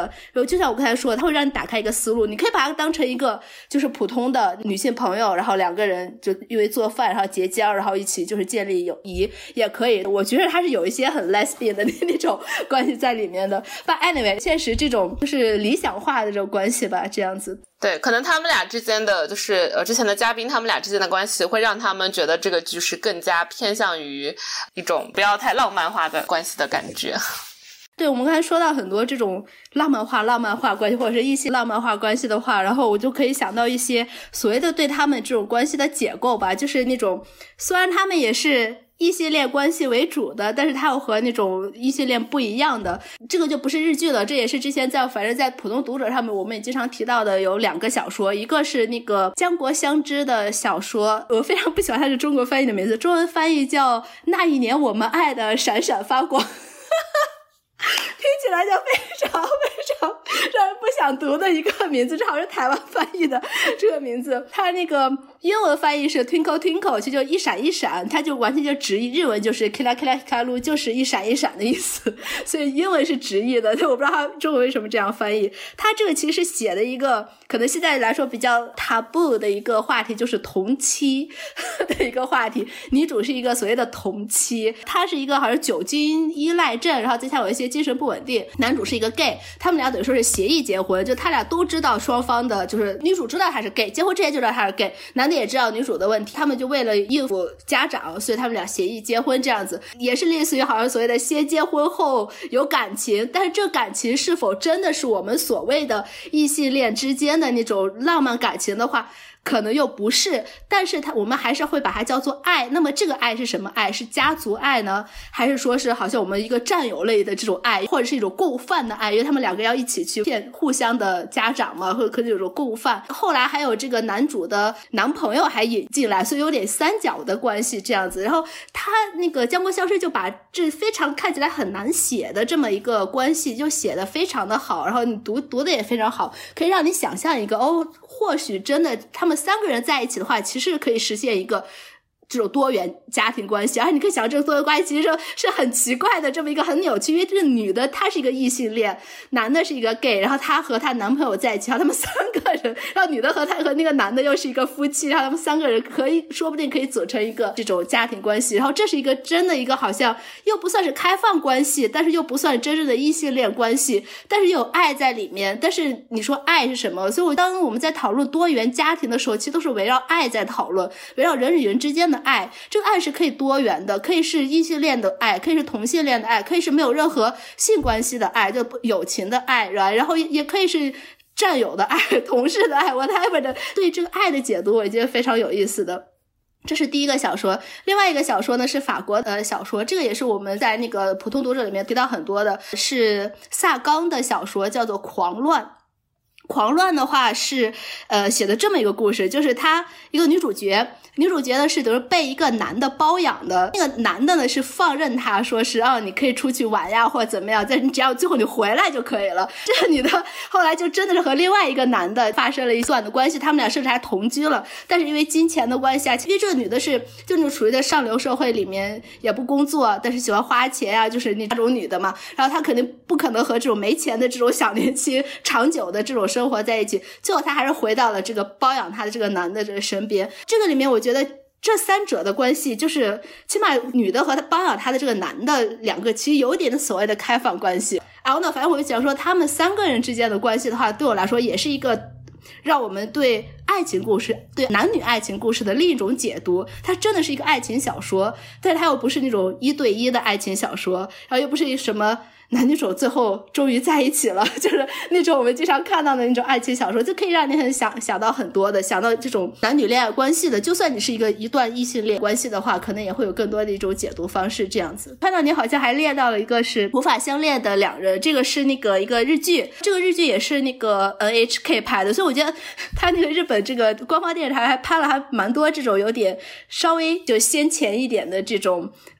S1: 就像我刚才说的，它会让你打开一个思路，你可以把它当成一个就是普通的女性朋友，然后两个人就因为做饭然后结交，然后一起就是建立友谊也可以。我觉得它是有一些很 lesbian 的那种关系在里面的。But anyway， 现实这种就是理想化的这种关系吧，这样子。
S2: 对，可能他们俩之间的就是呃，之前的嘉宾他们俩之间的关系会让他们觉得这个剧是更加偏向于一种不要太浪漫化的关系的感觉。
S1: 对，我们刚才说到很多这种浪漫化浪漫化关系或者是异性浪漫化关系的话，然后我就可以想到一些所谓的对他们这种关系的解构吧，就是那种虽然他们也是异性恋关系为主的，但是它又和那种异性恋不一样的，这个就不是日剧了，这也是之前在反正在普通读者上面我们也经常提到的，有两个小说，一个是那个江国香织的小说，我非常不喜欢它是中国翻译的名字，中文翻译叫那一年我们爱的闪闪发光听起来就非常非常让人不想读的一个名字，正好是台湾翻译的这个名字。它那个英文翻译是 twinkle twinkle， 其实就一闪一闪，它就完全就直译，日文就是 kila kila hikaru， 就是一闪一闪的意思，所以英文是直译的，我不知道它中文为什么这样翻译。它这个其实写的一个可能现在来说比较 taboo 的一个话题，就是同妻的一个话题。女主是一个所谓的同妻，她是一个好像酒精依赖症，然后再加有一些精神不稳定。男主是一个 gay， 他们俩等于说是协议结婚，就他俩都知道双方的，就是女主知道他是 gay， 结婚之前就知道他是 gay， 男的也知道女主的问题，他们就为了应付家长，所以他们俩协议结婚，这样子也是类似于好像所谓的先结婚后有感情，但是这感情是否真的是我们所谓的异性恋之间的那种浪漫感情的话，可能又不是，但是它我们还是会把它叫做爱。那么这个爱是什么爱？是家族爱呢，还是说是好像我们一个占有类的这种爱，或者是一种共犯的爱？因为他们两个要一起去骗互相的家长嘛，或者可能有种共犯。后来还有这个男主的男朋友还引进来，所以有点三角的关系这样子。然后他那个江国香织就把这非常看起来很难写的这么一个关系就写得非常的好，然后你读读的也非常好，可以让你想象一个哦，或许真的他们三个人在一起的话，其实可以实现一个这种多元家庭关系。而你可以想这个多元关系其实是很奇怪的，这么一个很扭曲，因为这个女的她是一个异性恋，男的是一个 gay， 然后她和她男朋友在一起，然后他们三个人，然后女的和他和那个男的又是一个夫妻，然后他们三个人可以说不定可以组成一个这种家庭关系。然后这是一个真的一个好像又不算是开放关系，但是又不算真正的异性恋关系，但是又有爱在里面。但是你说爱是什么？所以我当我们在讨论多元家庭的时候，其实都是围绕爱在讨论，围绕人与人之间的爱。这个爱是可以多元的，可以是异性恋的爱，可以是同性恋的爱，可以是没有任何性关系的爱，就友情的爱，然后也可以是战友的爱，同事的爱 whatever 的。对这个爱的解读我觉得非常有意思的。这是第一个小说。另外一个小说呢是法国的小说，这个也是我们在那个普通读者里面提到很多的，是萨冈的小说，叫做《狂乱》。狂乱的话是呃写的这么一个故事，就是她一个女主角，女主角呢是等于被一个男的包养的，那个男的呢是放任她说是啊你可以出去玩呀或者怎么样，但是你只要最后你回来就可以了。这个女的后来就真的是和另外一个男的发生了一段的关系，他们俩甚至还同居了，但是因为金钱的关系啊，其实这个女的是就那种处于在上流社会里面，也不工作，但是喜欢花钱啊，就是那种女的嘛，然后她肯定不可能和这种没钱的这种小年轻长久的这种生活在一起，最后她还是回到了这个包养她的这个男的这个身边。这个里面我觉得这三者的关系，就是起码女的和他包养她的这个男的两个其实有一点所谓的开放关系。然后呢反正我就讲说他们三个人之间的关系的话，对我来说也是一个让我们对爱情故事对男女爱情故事的另一种解读。它真的是一个爱情小说，但是它又不是那种一对一的爱情小说，然后又不是什么男女主最后终于在一起了，就是那种我们经常看到的那种爱情小说，就可以让你很想想到很多的，想到这种男女恋爱关系的。就算你是一个一段异性恋关系的话，可能也会有更多的一种解读方式这样子。看到你好像还列到了一个是无法相恋的两人，这个是那个一个日剧，这个日剧也是那个 N H K 拍的，所以我觉得他那个日本这个官方电视台还拍了还蛮多这种有点稍微就先前一点的这种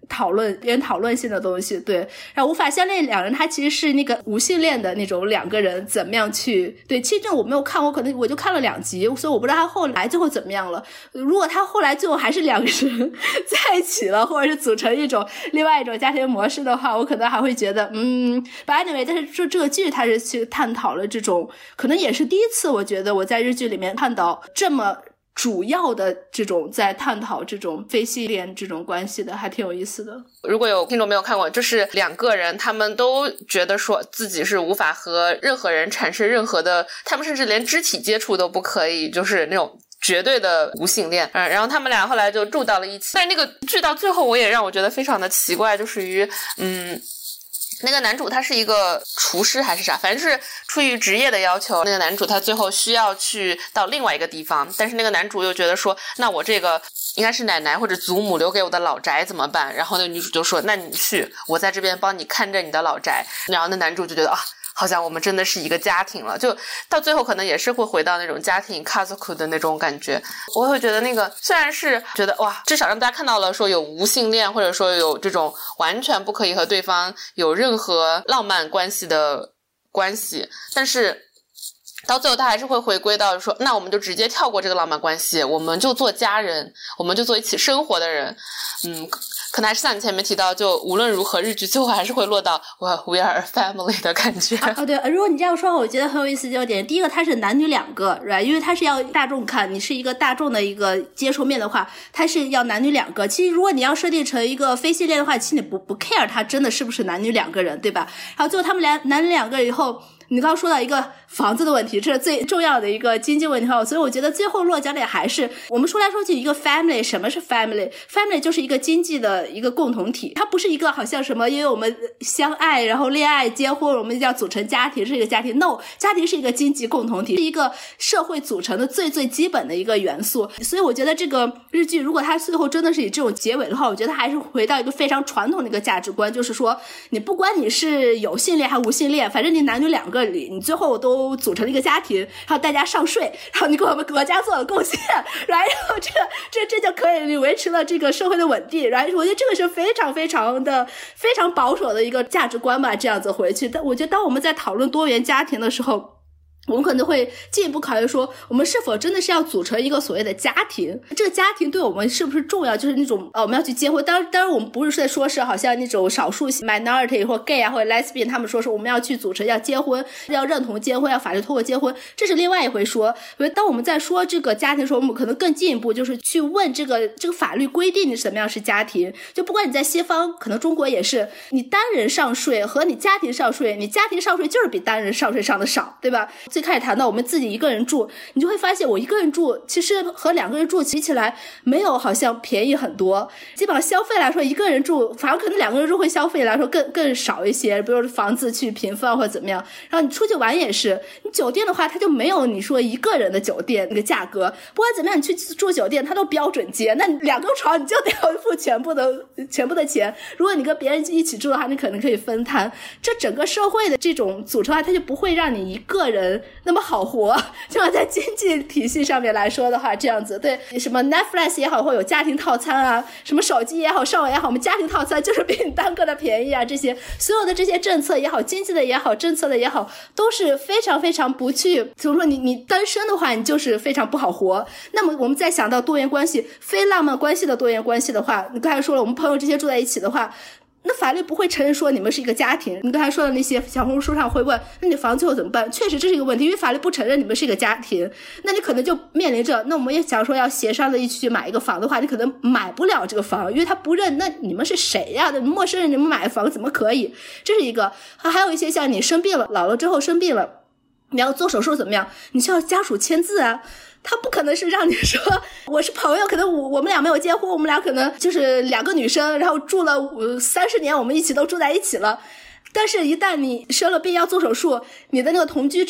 S1: 讨论别人讨论性的东西。对，然后无法相恋两人他其实是那个无性恋的那种两个人怎么样去，对，其实这我没有看过，可能我就看了两集，所以我不知道他后来最后怎么样了。如果他后来最后还是两个人在一起了，或者是组成一种另外一种家庭模式的话，我可能还会觉得嗯 but anyway， 但是这这个剧它是去探讨了这种，可能也是第一次我觉得我在日剧里面看到这么主要的这种在探讨这种非系恋这种关系的，还挺有意思的。
S2: 如果有听众没有看过，就是两个人他们都觉得说自己是无法和任何人产生任何的，他们甚至连肢体接触都不可以，就是那种绝对的无性恋。嗯，然后他们俩后来就住到了一起。但是那个剧到最后我也让我觉得非常的奇怪，就是于嗯那个男主他是一个厨师还是啥，反正是出于职业的要求，那个男主他最后需要去到另外一个地方，但是那个男主又觉得说那我这个应该是奶奶或者祖母留给我的老宅怎么办，然后那个女主就说那你去，我在这边帮你看着你的老宅。然后那男主就觉得啊，好像我们真的是一个家庭了，就到最后可能也是会回到那种家庭家族的那种感觉。我会觉得那个虽然是觉得哇，至少让大家看到了说有无性恋，或者说有这种完全不可以和对方有任何浪漫关系的关系，但是到最后他还是会回归到说那我们就直接跳过这个浪漫关系，我们就做家人，我们就做一起生活的人。嗯，可能还是像你前面提到，就无论如何日剧最后还是会落到 we are a family 的感觉。
S1: 哦，对，如果你这样说我觉得很有意思。就点第一个它是男女两个 right， 因为它是要大众看，你是一个大众的一个接受面的话，它是要男女两个。其实如果你要设定成一个非系列的话，其实你不不 care 它真的是不是男女两个人，对吧？然后最后他们俩男女两个以后，你刚刚说到一个房子的问题，这是最重要的一个经济问题，所以我觉得最后落脚点还是我们说来说去一个 family。 什么是 family？ family 就是一个经济的一个共同体，它不是一个好像什么因为我们相爱然后恋爱结婚我们就要组成家庭是一个家庭， no， 家庭是一个经济共同体，是一个社会组成的最最基本的一个元素。所以我觉得这个日剧如果它最后真的是以这种结尾的话，我觉得还是回到一个非常传统的一个价值观，就是说你不管你是有性恋还无性恋，反正你男女两个里你最后都组成了一个家庭，然后大家上税，然后你给我们国家做了贡献，然后这这这就可以你维持了这个社会的稳定。然后我觉得这个是非常非常的非常保守的一个价值观吧，这样子回去。但我觉得当我们在讨论多元家庭的时候，我们可能会进一步考虑说我们是否真的是要组成一个所谓的家庭，这个家庭对我们是不是重要，就是那种呃我们要去结婚。当然当然我们不是在说是好像那种少数 minority 或 gay 啊或者 lesbian 他们说是我们要去组成要结婚要认同结婚要法律通过结婚，这是另外一回说。因为当我们在说这个家庭的时候，我们可能更进一步就是去问这个这个法律规定你什么样是家庭。就不管你在西方可能中国也是，你单人上税和你家庭上税，你家庭上税就是比单人上税上的少，对吧？最开始谈到我们自己一个人住，你就会发现我一个人住其实和两个人住比起来没有好像便宜很多，基本上消费来说一个人住反而可能两个人住会消费来说更更少一些，比如房子去平分或者怎么样。然后你出去玩也是，你酒店的话它就没有你说一个人的酒店那个价格，不管怎么样你去住酒店它都标准间，那你两个床你就得要付全部的全部的钱。如果你跟别人一起住的话你可能可以分摊，这整个社会的这种组成啊，它就不会让你一个人那么好活，就在经济体系上面来说的话这样子。对，什么 Netflix 也好或有家庭套餐啊，什么手机也好上网也好，我们家庭套餐就是比你单个的便宜啊，这些所有的这些政策也好经济的也好政策的也好都是非常非常不去，比如说你你单身的话你就是非常不好活。那么我们再想到多元关系非浪漫关系的多元关系的话，你刚才说了我们朋友这些住在一起的话，那法律不会承认说你们是一个家庭。你刚才说的那些小红书上会问那你房最后怎么办，确实这是一个问题，因为法律不承认你们是一个家庭，那你可能就面临着，那我们也想说要协商的一起去买一个房的话，你可能买不了这个房，因为他不认，那你们是谁呀、啊、陌生人你们买房怎么可以，这是一个。还有一些像你生病了，老了之后生病了你要做手术怎么样，你需要家属签字啊，他不可能是让你说我是朋友，可能我我们俩没有结婚，我们俩可能就是两个女生然后住了三十年我们一起都住在一起了，但是一旦你生了病要做手术，你的那个同居者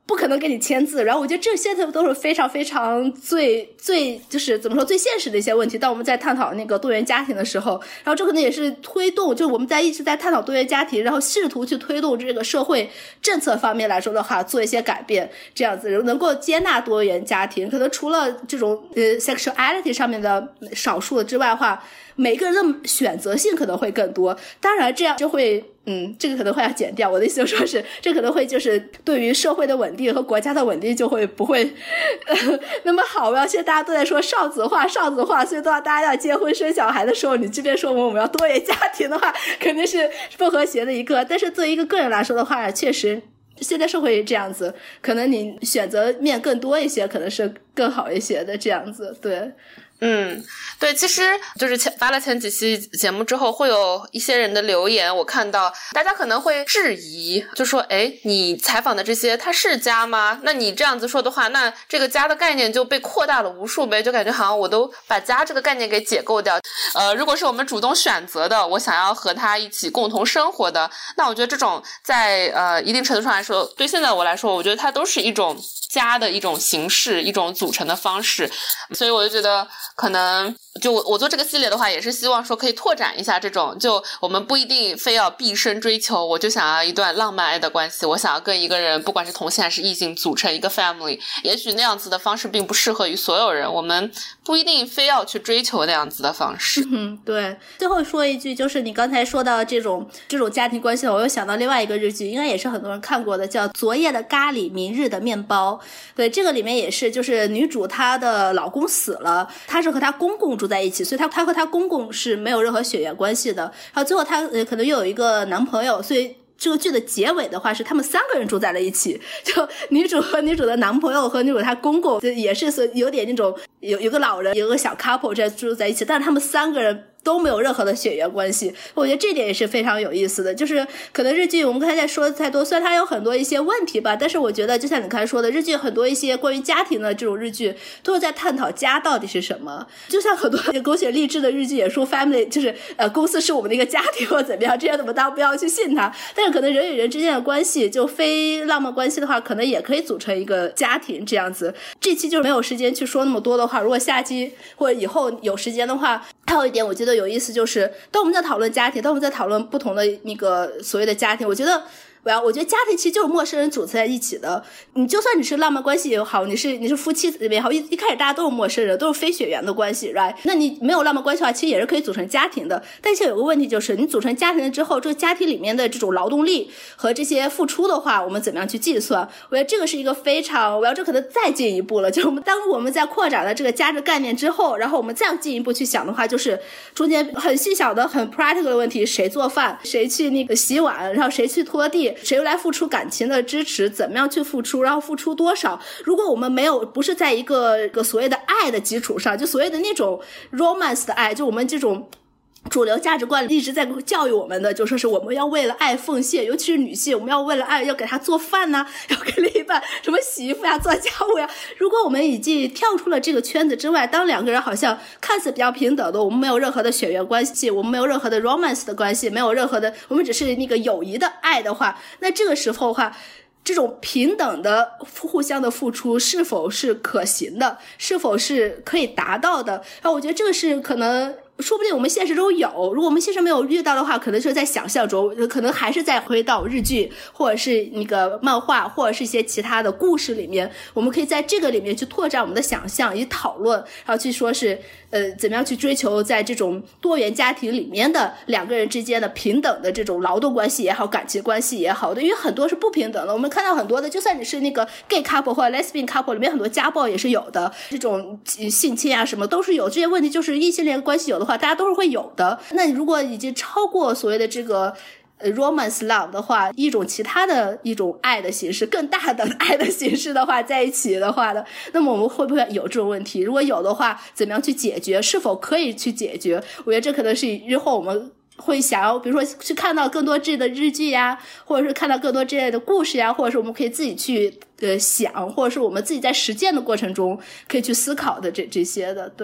S1: 不可能给你签字，然后我觉得这些都是非常非常最最就是怎么说最现实的一些问题。当我们在探讨那个多元家庭的时候，然后这可能也是推动，就我们在一直在探讨多元家庭，然后试图去推动这个社会政策方面来说的话，做一些改变，这样子能够接纳多元家庭。可能除了这种呃 sexuality 上面的少数之外的话，每个人的选择性可能会更多。当然这样就会嗯，这个可能会要减掉。我的意思就说是，这可能会就是对于社会的稳定和国家的稳定就会不会、呃、那么好。我要现在大家都在说少子化少子化，所以当大家要结婚生小孩的时候，你这边说我们要多元家庭的话，肯定是不和谐的一个。但是作为一个个人来说的话，确实现在社会这样子，可能你选择面更多一些，可能是更好一些的这样子。对，
S2: 嗯，对，其实就是前发了前几期节目之后，会有一些人的留言，我看到大家可能会质疑，就说诶，你采访的这些它是家吗？那你这样子说的话，那这个家的概念就被扩大了无数倍，就感觉好像我都把家这个概念给解构掉。呃，如果是我们主动选择的，我想要和他一起共同生活的，那我觉得这种在呃一定程度上来说，对现在我来说，我觉得它都是一种家的一种形式，一种组成的方式。所以我就觉得可能就我做这个系列的话，也是希望说可以拓展一下这种，就我们不一定非要毕生追求我就想要一段浪漫爱的关系，我想要跟一个人不管是同性还是异性组成一个 family， 也许那样子的方式并不适合于所有人，我们不一定非要去追求那样子的方式。
S1: 嗯，对。最后说一句，就是你刚才说到这种这种家庭关系，我又想到另外一个日剧，应该也是很多人看过的，叫《昨夜的咖喱，明日的面包》。对，这个里面也是，就是女主她的老公死了，她是和她公公住在一起，所以她她和她公公是没有任何血缘关系的。然后最后她呃可能又有一个男朋友，所以这个剧的结尾的话是他们三个人住在了一起，就女主和女主的男朋友和女主她公公也是有点那种有有个老人有个小 couple 这住在一起，但是他们三个人都没有任何的血缘关系。我觉得这点也是非常有意思的，就是可能日剧我们刚才在说的太多，虽然它有很多一些问题吧，但是我觉得就像你刚才说的，日剧很多一些关于家庭的这种日剧都是在探讨家到底是什么。就像很多狗血励志的日剧也说 family 就是呃公司是我们的一个家庭或怎么样，这样怎么当不要去信它。但是可能人与人之间的关系，就非浪漫关系的话，可能也可以组成一个家庭这样子。这期就是没有时间去说那么多的话，如果下期或者以后有时间的话，还有一点我觉得有意思，就是当我们在讨论家庭，当我们在讨论不同的那个所谓的家庭，我觉得我要我觉得家庭其实就是陌生人组在一起的。你就算你是浪漫关系也好，你是你是夫妻也好，一一开始大家都是陌生人，都是非血缘的关系 right， 那你没有浪漫关系的话，其实也是可以组成家庭的。但是有个问题就是，你组成家庭了之后，这个家庭里面的这种劳动力和这些付出的话，我们怎么样去计算？我觉得这个是一个非常，我要这可能再进一步了，就是我们当我们在扩展了这个家的概念之后，然后我们再进一步去想的话，就是中间很细小的很 practical 的问题，谁做饭，谁去那个洗碗，然后谁去拖地，谁又来付出感情的支持，怎么样去付出，然后付出多少。如果我们没有不是在一个一个所谓的爱的基础上，就所谓的那种 romance 的爱，就我们这种主流价值观一直在教育我们的，就说是我们要为了爱奉献，尤其是女性，我们要为了爱要给她做饭呐、啊，要给另一半什么洗衣服呀、做家务呀。如果我们已经跳出了这个圈子之外，当两个人好像看似比较平等的，我们没有任何的血缘关系，我们没有任何的 romance 的关系，没有任何的，我们只是那个友谊的爱的话，那这个时候的话，这种平等的互相的付出是否是可行的，是否是可以达到的。然后我觉得这个是可能说不定我们现实中有，如果我们现实没有遇到的话，可能是在想象中，可能还是在回到日剧或者是那个漫画或者是一些其他的故事里面，我们可以在这个里面去拓展我们的想象，以及讨论，然后去说是呃怎么样去追求在这种多元家庭里面的两个人之间的平等的这种劳动关系也好，感情关系也好的，因为很多是不平等的。我们看到很多的，就算你是那个 gay couple 或者 lesbian couple 里面很多家暴也是有的，这种性侵啊什么都是有，这些问题就是异性恋关系有的话大家都是会有的。那如果已经超过所谓的这个romance love 的话，一种其他的一种爱的形式，更大的爱的形式的话在一起的话呢，那么我们会不会有这种问题？如果有的话，怎么样去解决？是否可以去解决？我觉得这可能是日后我们会想要，比如说去看到更多这类的日剧呀，或者是看到更多这类的故事呀，或者是我们可以自己去呃想，或者是我们自己在实践的过程中可以去思考的这这些的，对。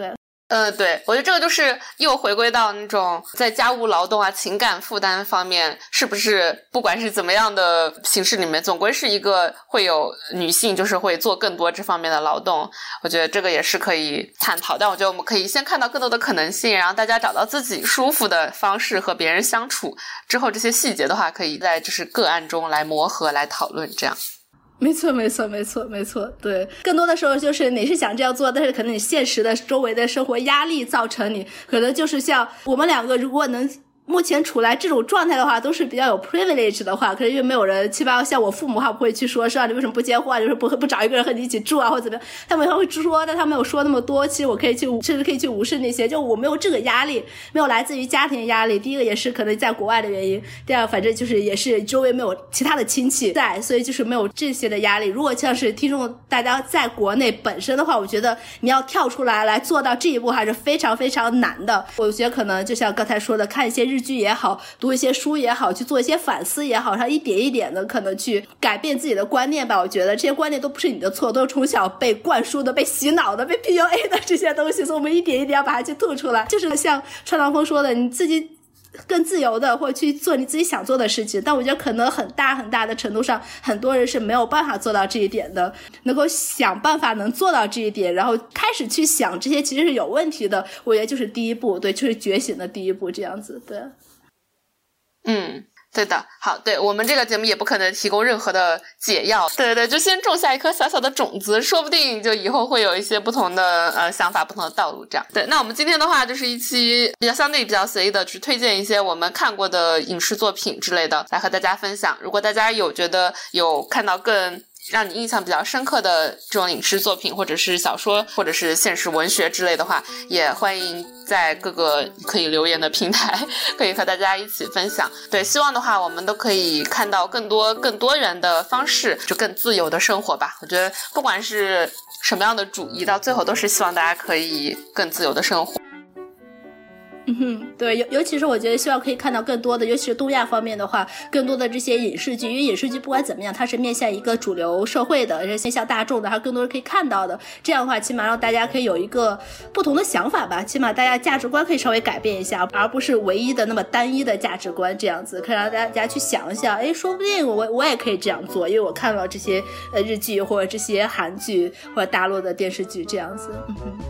S2: 呃，对，我觉得这个就是又回归到那种在家务劳动啊、情感负担方面，是不是不管是怎么样的形式里面，总归是一个会有女性就是会做更多这方面的劳动。我觉得这个也是可以探讨，但我觉得我们可以先看到更多的可能性，然后大家找到自己舒服的方式和别人相处，之后这些细节的话，可以在就是个案中来磨合、来讨论，这样。
S1: 没错没错没错没错，对，更多的时候就是你是想这样做，但是可能你现实的周围的生活压力造成你可能就是像我们两个如果能目前处来这种状态的话，都是比较有 privilege 的话，可是因为没有人，起码像我父母的话不会去说是啊，你为什么不结婚啊，就是不不找一个人和你一起住啊，或者怎么样，他们会说，但他没有说那么多。其实我可以去，甚至可以去无视那些，就我没有这个压力，没有来自于家庭压力。第一个也是可能在国外的原因，第二反正就是也是周围没有其他的亲戚在，所以就是没有这些的压力。如果像是听众大家在国内本身的话，我觉得你要跳出来来做到这一步还是非常非常难的。我觉得可能就像刚才说的，看一些日剧也好，读一些书也好，去做一些反思也好，然后一点一点的可能去改变自己的观念吧。我觉得这些观念都不是你的错，都是从小被灌输的、被洗脑的、被 P U A 的这些东西，所以我们一点一点要把它去吐出来。就是像川唐风说的，你自己更自由的或者去做你自己想做的事情，但我觉得可能很大很大的程度上很多人是没有办法做到这一点的。能够想办法能做到这一点，然后开始去想这些其实是有问题的，我觉得就是第一步，对，就是觉醒的第一步，这样子。对，
S2: 嗯，对的。好，对，我们这个节目也不可能提供任何的解药，对对对，就先种下一颗小小的种子，说不定就以后会有一些不同的呃想法、不同的道路这样。对，那我们今天的话就是一期比较相对比较随意的去推荐一些我们看过的影视作品之类的来和大家分享。如果大家有觉得有看到更让你印象比较深刻的这种影视作品，或者是小说，或者是现实文学之类的话，也欢迎在各个可以留言的平台可以和大家一起分享。对，希望的话我们都可以看到更多更多元的方式，就更自由的生活吧。我觉得不管是什么样的主义，到最后都是希望大家可以更自由的生活。
S1: 嗯哼，对，尤尤其是我觉得希望可以看到更多的，尤其是东亚方面的话，更多的这些影视剧，因为影视剧不管怎么样，它是面向一个主流社会的，是面向大众的，还有更多人可以看到的。这样的话，起码让大家可以有一个不同的想法吧，起码大家价值观可以稍微改变一下，而不是唯一的那么单一的价值观，这样子可以让大家去想一下，哎，说不定我我也可以这样做，因为我看到这些呃日剧或者这些韩剧或者大陆的电视剧这样子。嗯哼。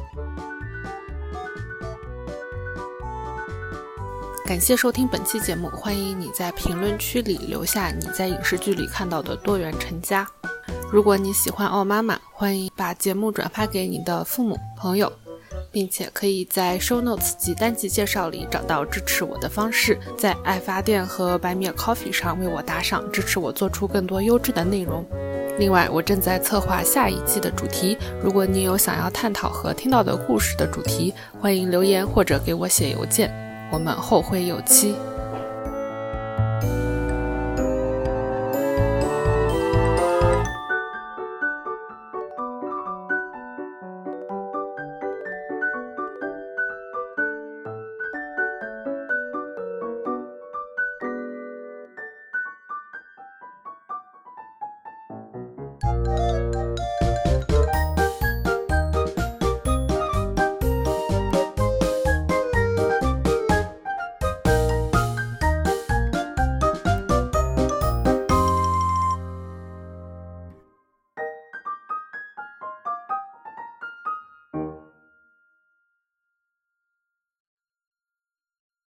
S3: 感谢收听本期节目，欢迎你在评论区里留下你在影视剧里看到的多元成家。如果你喜欢奥妈妈，欢迎把节目转发给你的父母朋友，并且可以在 show notes 及单集介绍里找到支持我的方式，在爱发电和 Buy Me a Coffee 上为我打赏，支持我做出更多优质的内容。另外，我正在策划下一季的主题，如果你有想要探讨和听到的故事的主题，欢迎留言或者给我写邮件，我们后会有期。